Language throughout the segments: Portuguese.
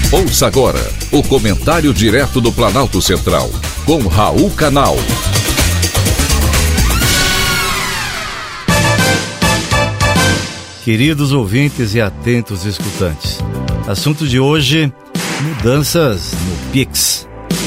Ouça agora o comentário direto do Planalto Central, com Raul Canal. Queridos ouvintes e atentos escutantes, assunto de hoje: mudanças no Pix.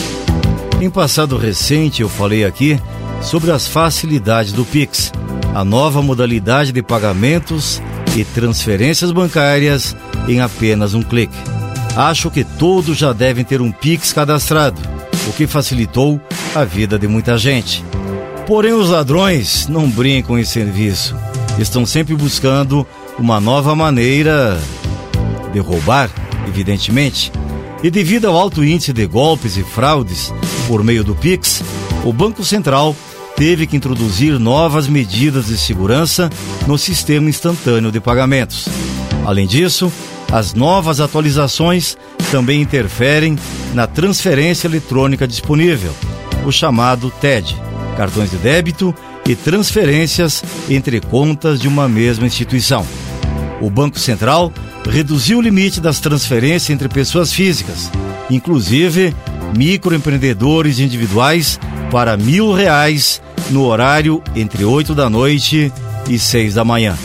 Em passado recente eu falei aqui sobre as facilidades do Pix, a nova modalidade de pagamentos e transferências bancárias em apenas um clique. Acho que todos já devem ter um Pix cadastrado, o que facilitou a vida de muita gente. Porém, os ladrões não brincam em serviço. Estão sempre buscando uma nova maneira de roubar, evidentemente. E devido ao alto índice de golpes e fraudes por meio do Pix, o Banco Central teve que introduzir novas medidas de segurança no sistema instantâneo de pagamentos. Além disso, as novas atualizações também interferem na transferência eletrônica disponível, o chamado TED, cartões de débito e transferências entre contas de uma mesma instituição. O Banco Central reduziu o limite das transferências entre pessoas físicas, inclusive microempreendedores individuais, para R$1.000 no horário entre 8 da noite e 6 da manhã.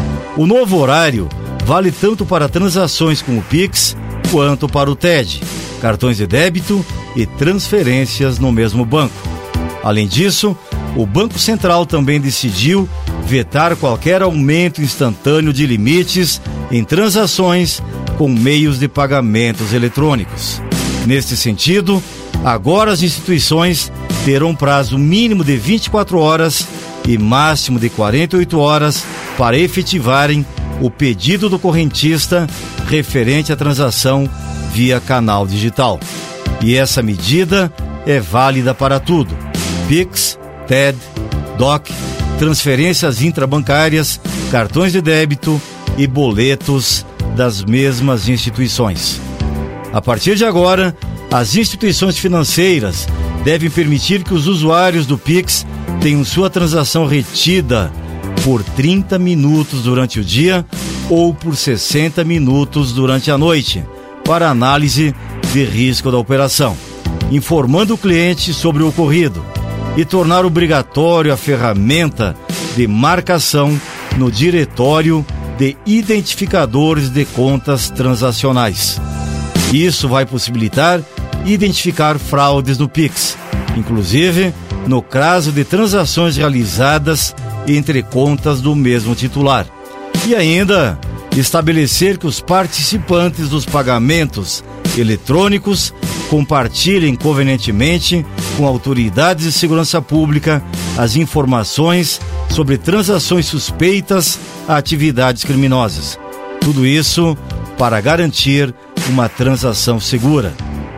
O novo horário vale tanto para transações com o Pix quanto para o TED, cartões de débito e transferências no mesmo banco. Além disso, o Banco Central também decidiu vetar qualquer aumento instantâneo de limites em transações com meios de pagamentos eletrônicos. Neste sentido, agora as instituições terão prazo mínimo de 24 horas e máximo de 48 horas para efetivarem o pedido do correntista referente à transação via canal digital. E essa medida é válida para tudo: Pix, TED, DOC, transferências intrabancárias, cartões de débito e boletos das mesmas instituições. A partir de agora, as instituições financeiras devem permitir que os usuários do Pix tenham sua transação retida por 30 minutos durante o dia ou por 60 minutos durante a noite, para análise de risco da operação, informando o cliente sobre o ocorrido, e tornar obrigatório a ferramenta de marcação no diretório de identificadores de contas transacionais. Isso vai possibilitar identificar fraudes no Pix, inclusive no caso de transações realizadas entre contas do mesmo titular. E ainda estabelecer que os participantes dos pagamentos eletrônicos compartilhem convenientemente com autoridades de segurança pública as informações sobre transações suspeitas a atividades criminosas. Tudo isso para garantir uma transação segura.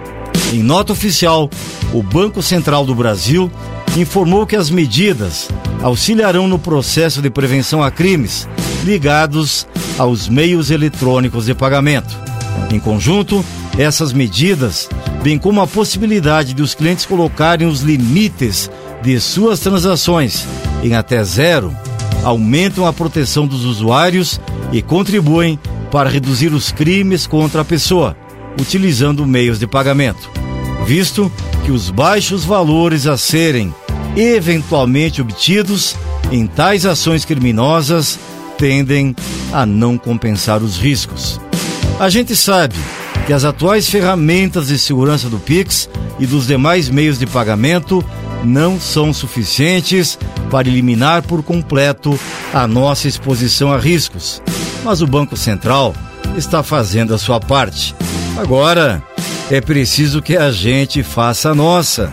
Em nota oficial, o Banco Central do Brasil informou que as medidas auxiliarão no processo de prevenção a crimes ligados aos meios eletrônicos de pagamento. Em conjunto, essas medidas, bem como a possibilidade de os clientes colocarem os limites de suas transações em até zero, aumentam a proteção dos usuários e contribuem para reduzir os crimes contra a pessoa, utilizando meios de pagamento, visto que os baixos valores a serem eventualmente obtidos em tais ações criminosas tendem a não compensar os riscos. A gente sabe que as atuais ferramentas de segurança do Pix e dos demais meios de pagamento não são suficientes para eliminar por completo a nossa exposição a riscos, mas o Banco Central está fazendo a sua parte. Agora, é preciso que a gente faça a nossa.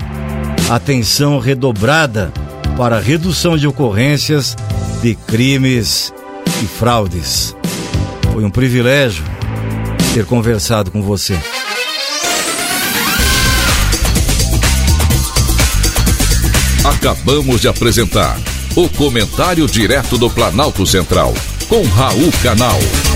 Atenção redobrada para a redução de ocorrências de crimes e fraudes. Foi um privilégio ter conversado com você. Acabamos de apresentar o comentário direto do Planalto Central, com Raul Canal.